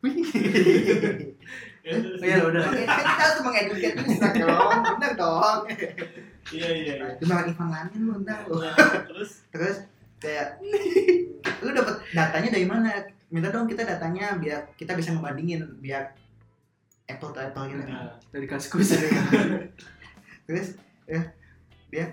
Iya udah. Oke, kita harus mengedukasi user dong, bener dong. Iya. Cuma Ivan Lanin lu ntar lu. Terus Kayak lu dapat datanya dari mana? Minta dong kita datanya biar kita bisa ngebandingin, biar apple to apple gitu. Dari Kaskus. Terus dia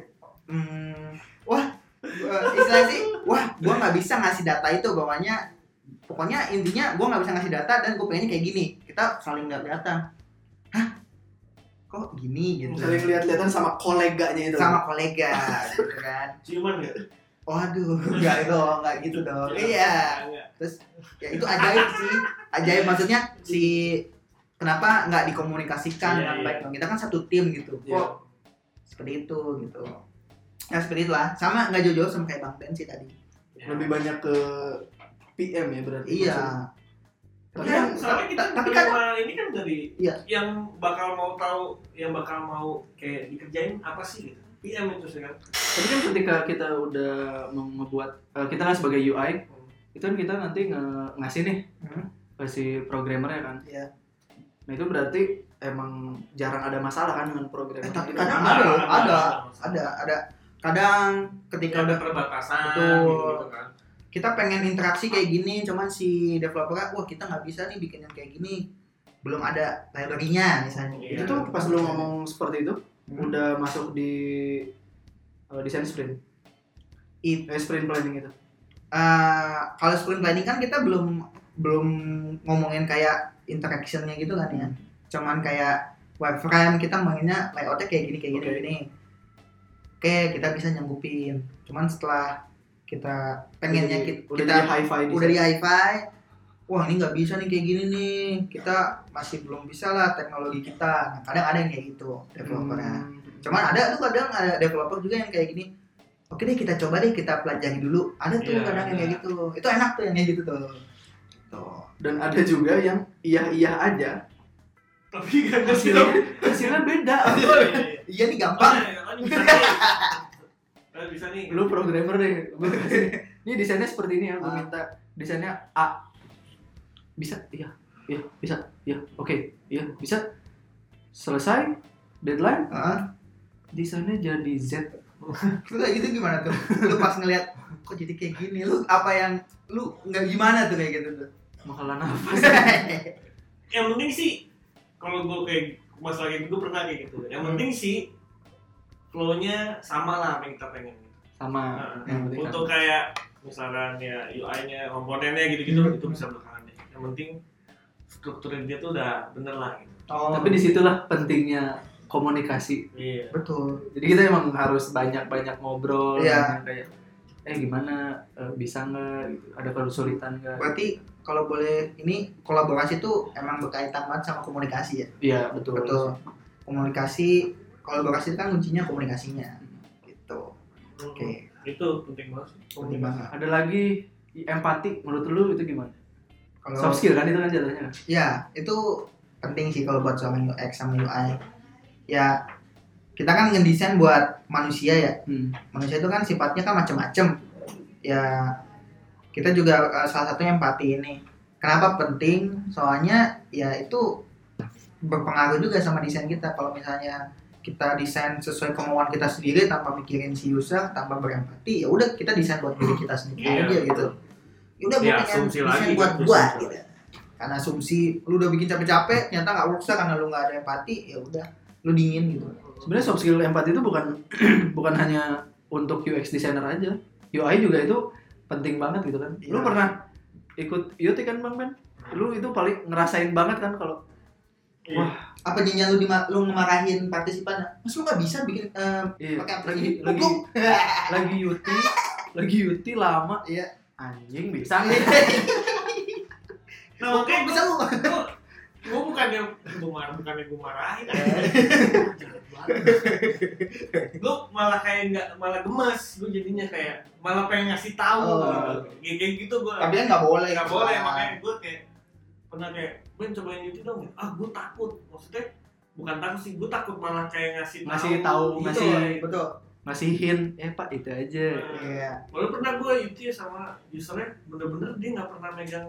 istilah sih, gua nggak bisa ngasih data itu, pokoknya intinya gua nggak bisa ngasih data dan gua pengennya kayak gini. Kita saling lihat data. Hah? Kok gini gitu? Saling lihat-lihatan sama koleganya itu. Sama kolega gitu kan. ciuman nggak? Waduh, enggak gitu dong. Iya. Terus ya itu ajaib sih. Ajaib maksudnya kenapa nggak dikomunikasikan dengan baik dong? Kita kan satu tim gitu. Kok seperti itu gitu. Ya seperti itulah. Sama nggak jauh-jauh sama kayak Bang Ben sih tadi. Lebih banyak ke PM ya berarti. Iya. Tapi kan soalnya kita tapi menerima ini kan dari Iya. yang bakal mau tahu, yang bakal mau kayak dikerjain apa sih gitu. PM itu sih kan. Tapi kan ketika kita udah membuat kita kan sebagai UI, itu kan kita nanti ngasih nih ke si programmer ya kan. Iya. Nah itu berarti emang jarang ada masalah kan dengan programmer. Tapi kadang ada. Kadang ketika Ada udah perbatasan Betul. gitu kan. kita pengen interaksi kayak gini, cuman si developernya, wah kita nggak bisa nih bikin yang kayak gini, belum ada library-nya misalnya. Iya. Itu tuh pas lu ngomong seperti itu, udah masuk di design sprint. Sprint planning itu. Kalau sprint planning kan kita belum ngomongin kayak interaction-nya gitu kan ya. Cuman kayak wireframe, kita mainnya layout-nya kayak gini. Oke, kita bisa nyanggupin. Cuman setelah kita pengennya udah kita di hi-fi udah di hi-fi, wah ini nggak bisa nih kayak gini nih, kita masih belum bisa lah teknologi kita. Nah, kadang ada yang kayak gitu developernya. Cuman ada developer juga yang kayak gini, oke deh kita coba deh, kita pelajari dulu. Ada tuh kadang yang kayak gitu, itu enak tuh yang kayak gitu tuh. Dan ada juga yang iya aja, Tapi kan hasilnya beda. Iya nih gampang. Bisa nih. Lu programmer deh, gue kasih ini desainnya seperti ini ya, gue minta desainnya A. Bisa, iya bisa, oke, bisa. Selesai, deadline, desainnya jadi Z. Lu kayak gitu gimana tuh? Lu pas ngeliat kok jadi kayak gini, lu apa yang lu nggak gimana tuh kayak gitu tuh? Makalah nafas. Yang penting sih, kalau gue kayak masalah kayak gitu pernah kayak gitu. Yang penting sih flow-nya sama lah apa yang kita pengen. Sama. Yang penting Untuk kayak misalkan ya UI-nya, komponennya gitu-gitu itu bisa belakangan deh. Yang penting strukturnya dia tuh udah bener lah gitu. Tapi disitulah pentingnya komunikasi. Iya. Betul. Jadi kita emang harus banyak ngobrol. Iya. Kayak gimana, bisa nggak gitu, ada kesulitan nggak. Berarti kalau boleh ini kolaborasi tuh emang berkaitan banget sama komunikasi ya? Iya betul. Komunikasi, kolaborasi itu kan kuncinya komunikasinya gitu. Oke. Itu penting banget. Penting banget. Ada lagi empati, menurut lu itu gimana? Kalau Soft skill kan itu kan jatuhnya. ya itu penting sih kalau buat seorang UX sama UI. Ya kita kan ngedesain buat manusia ya. Manusia itu kan sifatnya kan macam-macam. Ya kita juga salah satunya empati ini. Kenapa penting? Soalnya ya itu berpengaruh juga sama desain kita. Kalau misalnya kita desain sesuai kemauan kita sendiri tanpa mikirin si user, tanpa berempati, ya udah kita desain buat diri kita sendiri aja gitu. Ya udah gue Ya, pengen asumsi desain lagi buat kan, gua asumsi gitu. Karena asumsi lu udah bikin capek-capek, ternyata nggak works karena lu nggak ada empati, ya udah lu dingin gitu. Sebenarnya soft skill empati itu bukan bukan hanya untuk UX designer aja. UI juga itu penting banget gitu kan. Lu Iya. pernah ikut UT kan Bang Ben? Lu itu paling ngerasain banget kan kalau Iya. Apa nyanyian lu ngemarahin partisipan? Mas lu nggak bisa bikin iya, pakai lagi aplikasi lagi goblok. lagi UT lama. Iya. Anjing bisa nih. Nah, oke, Bisa lu. gue bukannya gue marahin. Gue malah kayak malah gemes, gue jadinya kayak malah pengen ngasih tahu. Oh. Kayak gitu gue. Tapi kan nggak boleh. Nggak boleh, makanya gue kayak pernah kayak Ben cobain itu dong. Gue takut, maksudnya bukan takut sih, gue takut malah kayak ngasih tahu. Gitu, ngasih betul. ngasih hint, Pak itu aja. Iya. Walau pernah gue itu ya sama usernya bener-bener dia nggak pernah megang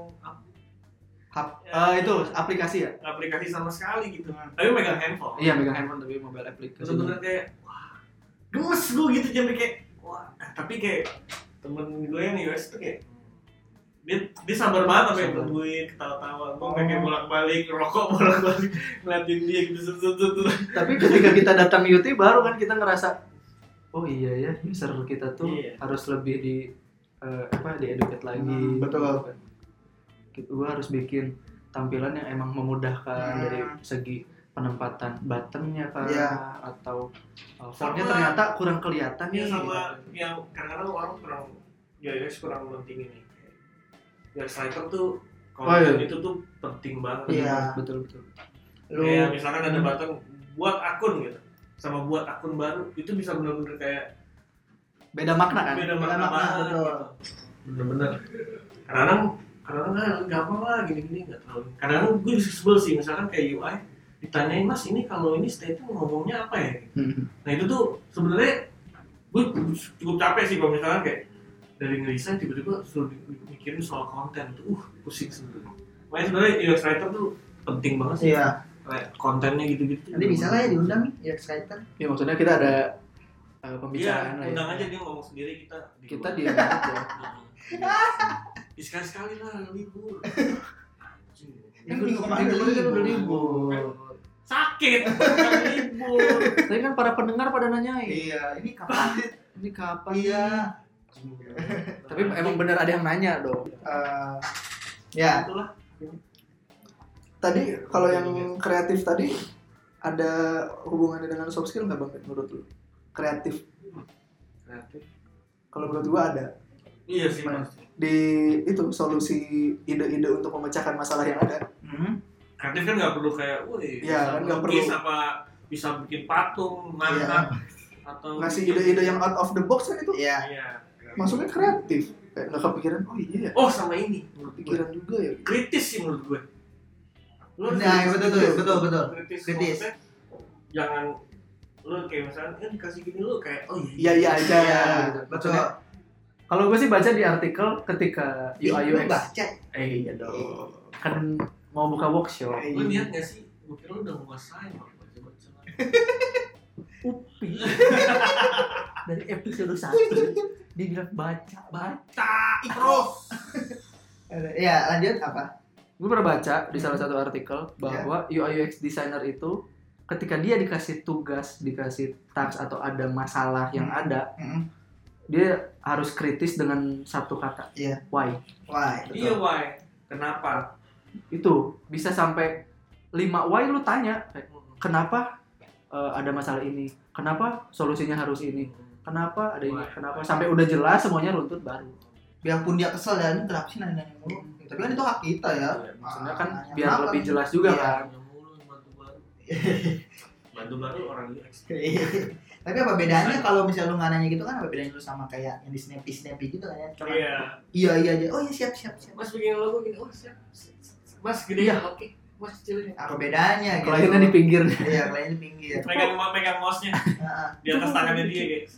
Itu aplikasi ya? aplikasi sama sekali gitu, tapi megang handphone. Iya, megang handphone tapi mobile aplikasi. Bener-bener kayak wah gemes gue gitu sampai kayak wah tapi kayak temen gue yang US tuh kayak dia sabar banget sampai Sabar. nungguin ketawa-tawa gue kayak bolak-balik rokok bolak-balik ngeliatin dia gitu Tapi ketika kita datang UT baru kan kita ngerasa oh iya ya, user kita tuh Iya. harus lebih di di-educate lagi. Betul. Gue harus bikin tampilan yang emang memudahkan Hmm. dari segi penempatan buttonnya kan Iya. atau fontnya Sama- ternyata kurang kelihatan nih. ya sama gitu. yang kadang-kadang orang kurang US kurang penting ini ya writer tuh konten itu tuh penting banget. Iya. Betul betul. Lu Kayak misalkan ada button buat akun gitu sama buat akun baru itu bisa bener-bener kayak Beda makna kan? beda Beda makna makna, banget betul. gitu. Bener-bener kadang-kadang gampang lah gini-gini nggak terlalu kadang-kadang gue bisa sebel sih misalkan kayak UI ditanyain mas ini kalau ini statement ngomongnya apa ya. Nah itu tuh sebenarnya gue cukup capek sih kalau misalkan kayak dari ngedesain tiba-tiba suruh mikirin soal konten tuh pusing sebenarnya. Makanya sebenarnya UX writer tuh penting banget sih. Iya. Kayak kontennya gitu-gitu. Nanti bisa lah ya diundang nih UX writer. Ya maksudnya kita ada Iya, pembicaraan lah ya. undang aja dia ngomong sendiri Kita diam aja. Sekali-sekali lah libur. Kan minggu kemarin udah libur. libur. Sakit, bukan libur. Tapi kan para pendengar pada nanyain. Iya, ini kapan? Ini kapan? Iya. Tapi emang bener ada yang nanya dong. Ya, Itulah. Tadi kalau yang kreatif tadi ada hubungannya dengan soft skill nggak bang menurut lu? Kreatif. Kalau menurut gua ada. Iya sih Mana? mas. Di itu solusi ide-ide untuk memecahkan masalah yang ada. Kreatif kan nggak perlu kayak, wih, Iya, kan nggak lukis perlu. apa bisa bikin patung, ngangkat atau Ngasih bikin- ide-ide yang out of the box kan itu iya. Iya. masuknya kreatif. Kayak nggak kepikiran, oh iya ya, Oh sama ini, menurut gue. pikiran juga ya. Kritis sih menurut gue. Lu harus Nah, kritis. betul. Kritis. Kritis. Maksudnya, jangan lu kayak misalnya kan dikasih gini lu kayak oh Iya iya aja. Iya, gitu. betul. Maksudnya, kalau gue sih baca di artikel ketika UI Lu UX. baca. Iya dong. Kan mau buka workshop. Lu lihat nggak sih? Gue kira lu udah nguasain waktu baca-baca. Upi. Dari episode 1 dia bilang baca. Terus. Iya, lanjut apa? Gue pernah baca di salah satu artikel bahwa UI UX designer itu ketika dia dikasih tugas, dikasih task atau ada masalah yang ada, dia harus kritis dengan satu kata. Iya. Why? Why? Iya why? Kenapa? Itu bisa sampai 5 why lu tanya. Kayak, kenapa ada masalah ini? Kenapa solusinya harus ini? Kenapa ada ini? Why? Kenapa? Sampai udah jelas semuanya runtut baru. Biarpun dia kesel ya, ini kenapa sih nanya mulu? Tapi kan itu hak kita ya. Maksudnya kan Nanya biar kenapa lebih nih? jelas juga Iya. kan. Bantu baru orang UX. Tapi apa bedanya kalau misalnya lu nggak nanya gitu kan? Apa bedanya lu sama kayak yang di snappy gitu kan ya? Cuma iya aja. Oh iya siap. Mas bikin logo gini, oh siap. Mas gede ya, oke. Mas kecilin. Apa bedanya? Gitu. Kliennya di pinggir. Iya, kliennya di pinggir. Megang mouse-nya di atas tangannya dia guys.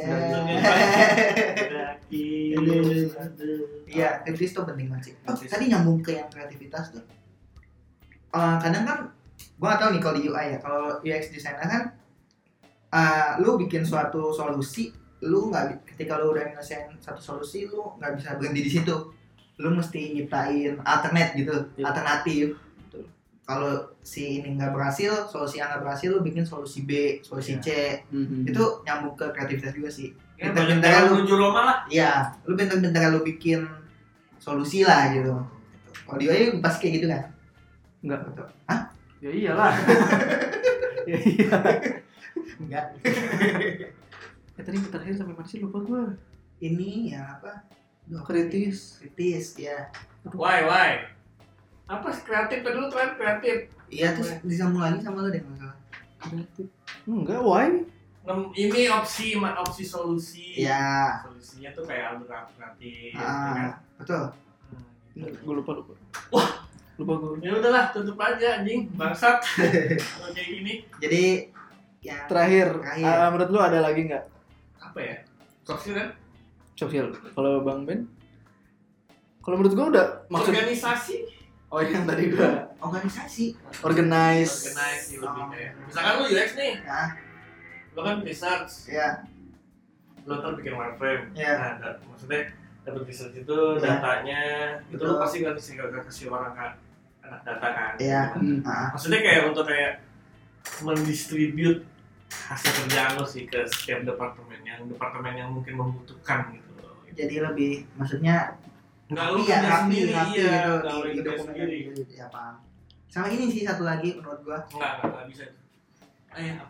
Iya, kreativitas tuh penting banget sih. Oh, tadi nyambung ke yang kreativitas tuh. Kadang kan gua nggak tahu nih kalau di UI ya. Kalau UX designer kan lu bikin suatu solusi, lu nggak ketika lu udah nyelesain satu solusi lu nggak bisa berhenti di situ. Lu mesti nyiptain alternatif. Kalau si ini nggak berhasil, solusi A nggak berhasil, lu bikin solusi B, solusi C. Itu nyambung ke kreativitas juga sih. Ya, pintar-pintar lu menuju Roma lah. Iya, lu pintar-pintar lu bikin solusi lah gitu. Kalau di UI pasti kayak gitu kan? Enggak. Betul. Hah? Ya iyalah. Ya iya. Enggak. Tadi terakhir sampai mana sih, lupa gue. Ini ya apa? Kritis ya. Why? Apa kreatif tadi lu terakhir kreatif? Iya, terus disambung lagi sama lu deh masalah. Kritis. Enggak, why? Ini opsi solusi. Iya. Solusinya tuh kayak alternatif. Betul. Gue lupa. Wah, lupa gue. Ya udahlah, tutup aja anjing, bangsat. Kalau kayak gini. Jadi ya Terakhir. Menurut lu ada lagi nggak? Apa ya? Sosial kan? Sosial. Kalau Bang Ben? Kalau menurut gue udah organisasi. Oh, yang tadi gue organisasi. Organize sih lebih kayak. Misalkan lu UX nih. Nah. Lu kan research. Iya. Lu kan bikin wireframe. Iya. Nah, maksudnya dapat research itu datanya itu lu pasti nggak kasih orang kan anak data kan. Iya. Maksudnya kayak untuk kayak mendistribute hasil kerjaan lo sih ke setiap departemen yang mungkin membutuhkan gitu loh. Jadi lebih maksudnya nggak lu ya, kerja sendiri gitu, nggak lu di kerja dokumen sendiri. Ya paham. Sama ini sih satu lagi menurut gua. Nggak bisa. Apa?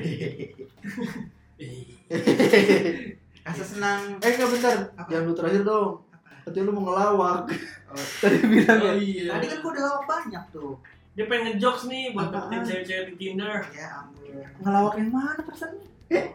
Rasa senang. Enggak bentar. Apa? Jangan lu terakhir dong. Apa? Katanya lu mau ngelawak. Tadi bilang ya. Iya. Tadi kan gua udah lawak banyak tuh. Dia pengen ngejokes nih buat Apaan? dapetin cewek-cewek di Tinder. Ya ampun. Ngelawak yang mana perasaan?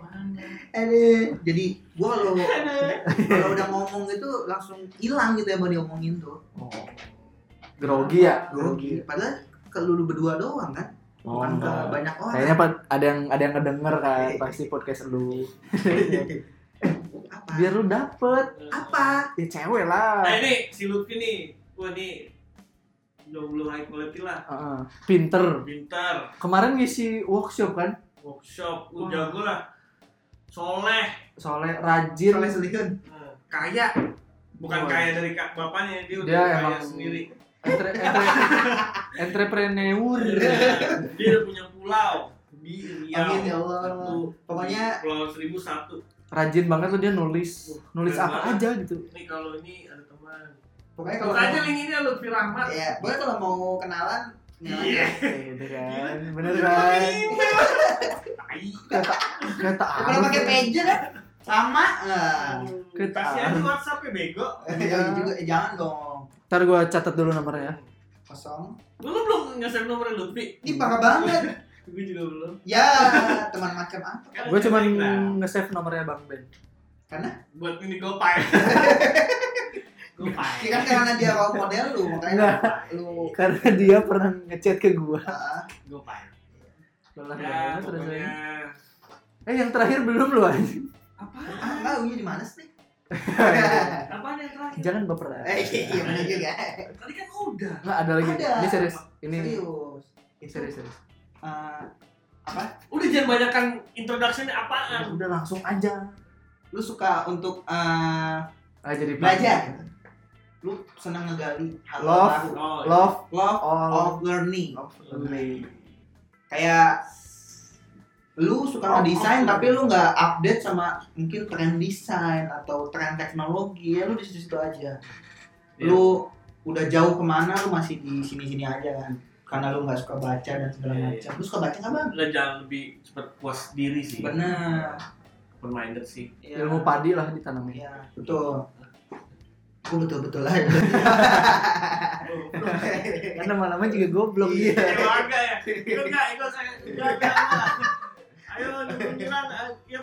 Jadi gua kalau udah ngomong itu langsung hilang gitu ya mau diomongin tuh. Oh. Grogi ya? Grogi. Padahal kalau lu berdua doang kan. Bukan ke banyak orang. Kayaknya ada yang ngedenger kan pasti podcast lu. Apa? Biar lu dapet. Apa? Ya cewek lah. Nah ini si Lutfi nih. Wah nih belum high quality lah. Pinter. Pintar. Kemarin ngisi workshop kan? Workshop. Jago lah. Soleh. Rajin. Soleh Selihun. Kaya. Bukan kaya dari bapaknya, dia udah Dia kaya emang sendiri. Entrepreneur. Dia udah punya pulau di Riau. Amin ya Allah. Satu. Pokoknya Pulau 1001. Rajin banget tuh dia nulis Keren apa banget. aja gitu. Nih kalau ini ada teman. pokoknya kalau Buka aja link ini Lutfi Rahmat. ya, pokoknya kalau mau kenalan Iya. Gitu kan. Bener kan? Tai. Kata kalau pakai pager kan sama. Kasih aja WhatsApp ya bego. Ya juga jangan dong. Ntar gua catat dulu nomornya. Kosong. Lu belum nge-save nomornya Lutfi? Ini parah banget. Gue juga belum. Ya, teman macam apa? Gua cuman nge-save nomornya Bang Ben. Karena buat ini GoPay. ya kan karena dia role model lu, makanya lu Karena dia pernah ngechat ke gua. GoPay. Lelah Ya, banget pokoknya rasanya. Yang terakhir belum lu anjing. enggak lu di mana sih? apaan yang terakhir? Jangan baper. Iya benar juga. Tadi kan udah. Enggak ada lagi. Ada. Ini serius. Ini Serius. serius. Apa? Udah jangan banyakkan introduction-nya apaan. Udah langsung aja. Lu suka untuk Jadi belajar? Lu senang ngegali hal Love. baru. Oh, Love all of learning. only. Kayak lu suka ngedesain tapi lu nggak update sama mungkin tren desain atau tren teknologi, ya lu di situ aja. Lu udah jauh kemana, lu masih di sini aja kan, karena lu nggak suka baca dan segala macam. Lu suka baca nggak bang? Udah jangan lebih cepat puas diri sih. Bener. Open-minded sih. Ya. Ilmu padi lah ditanamin. Iya betul. Aku betul lah. Kan lama-lama juga goblok. Keluarga ya. Ikut nggak? Ikut saya. Enggak. Ayo, 9. Ya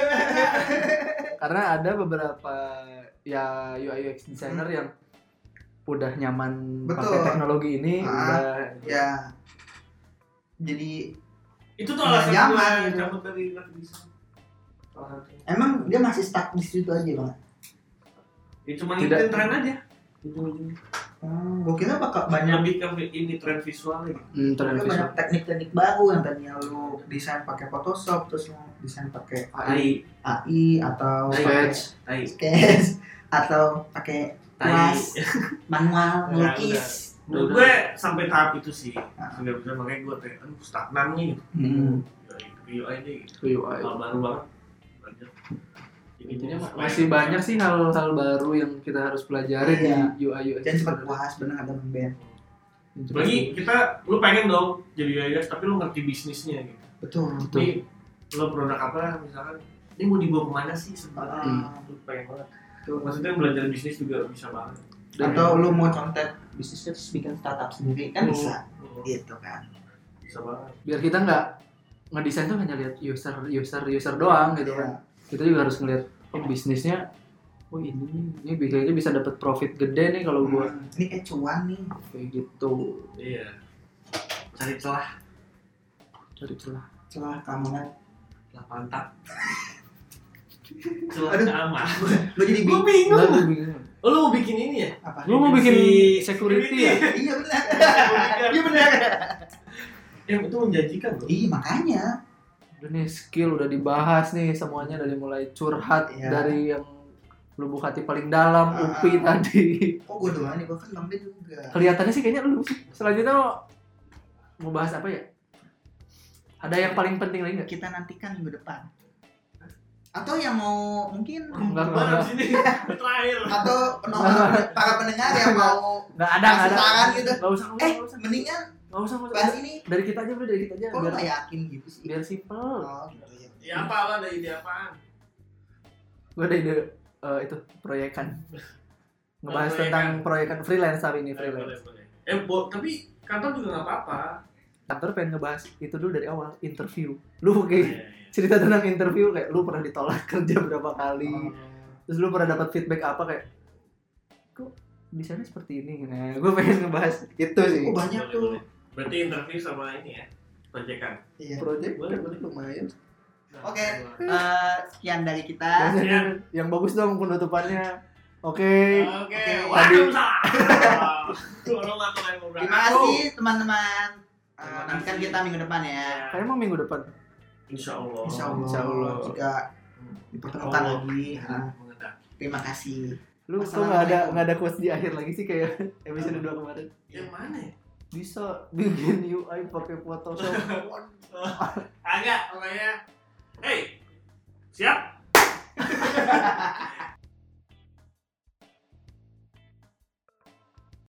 Karena ada beberapa ya UI UX designer yang udah nyaman Betul. pakai teknologi ini, udah Ya. Jadi Itu tuh Nggak alasan zaman gue gitu. cabut dari graphic design. Salah satunya. emang dia masih stuck di situ aja bang. Ya cuma Tidak. ngikutin tren aja. Ujung-ujungnya. Gue kira bakal banyak Lebih ke ini tren visualnya gitu. tren Ada visual. banyak teknik-teknik baru yang tadinya lu desain pakai Photoshop terus lu desain pakai AI atau pakai Tai. Sketch atau pakai Tai. kuas manual Udah, melukis. Menurut gue sampai tahap itu sih. Ah. Sudah bisa makanya gue kayak aduh stagnan nih. UI deh gitu. UI. Hal baru banget. Belajar. Intinya masih banyak sih hal-hal baru yang kita harus pelajari Iya. di UI UX. Jangan cepat puas bener ada band. Lagi kita, lu pengen dong jadi UI UX tapi lu ngerti bisnisnya gitu. Betul. Betul. Ini lo produk apa misalkan, ini mau dibawa kemana sih sebenarnya? Ah. Lu pengen banget. Maksudnya belajar bisnis juga bisa banget. Atau lu mau content bisnisnya terus bikin startup sendiri kan bisa. Hmm, Gitu kan. bisa banget. Biar kita nggak ngedesain tuh hanya lihat user doang gitu kan. Kita juga harus ngeliat bisnisnya. Oh ini kayaknya bisa dapat profit gede nih kalau gua Ini kayak cuan nih. kayak gitu. Iya. Cari celah, Cari celah. Celah keamanan. celah pantat. Celah Aduh. keamanan. Lu jadi Gue bingung. Nggak, bingung. gua bingung. Oh, lu mau bikin ini ya? Apa? Lu mau bikin Si security ya? Iya benar. Iya benar. Itu menjanjikan loh. Iya makanya. Udah nih skill udah dibahas nih semuanya dari mulai curhat Iya. dari yang lubuk hati paling dalam UPI tadi. Oh gue doang nih, gue kan Bang Ben juga. Kelihatannya sih kayaknya lu sih. Selanjutnya lo mau bahas apa ya? Ada yang paling penting lagi nggak? Kita nantikan minggu depan. Atau yang mau mungkin Barang sini terakhir. atau para pendengar yang mau Nggak ada. kasih saran gitu. Nggak usah. Mendingan Nggak usah. bahas ini. Dari kita aja bro, dari kita aja. Kok lu Biar, gak yakin gitu sih? biar simple. Oh gitu ya. Ya apa lo ada ide apaan? Gue ada ide itu proyekan. Ngebahas Proyekan. tentang proyekan freelance hari ini Boleh, freelance. boleh. Tapi kantor juga nggak apa-apa. Kantor pengen ngebahas itu dulu dari awal interview. Lu kayak cerita tentang interview kayak lu pernah ditolak kerja berapa kali. Terus lu pernah dapat feedback apa kayak kok di sana seperti ini. Nah, gue pengen ngebahas itu sih. Oh banyak Boleh, tuh. boleh. Berarti interview sama ini ya, proyekan. Iya. Project Boleh, boleh. lumayan. Oke. Sekian dari kita. Yang bagus dong penutupannya. Oke. Oke. Oke. Waduh salah. Orang nggak tahu yang mau berangkat. Terima kasih teman-teman. Terima Nantikan kasih. kita minggu depan ya. Kayak emang minggu depan. Insya Allah. Insya Allah. Insya Allah. Jika dipertemukan Allah. lagi. Mengendap. Terima kasih. Lu kok nggak ada quotes di akhir lagi sih kayak episode 2 kemarin. Yang mana ya? Bisa bikin UI pakai Photoshop. Agak, pokoknya. Hey, siap?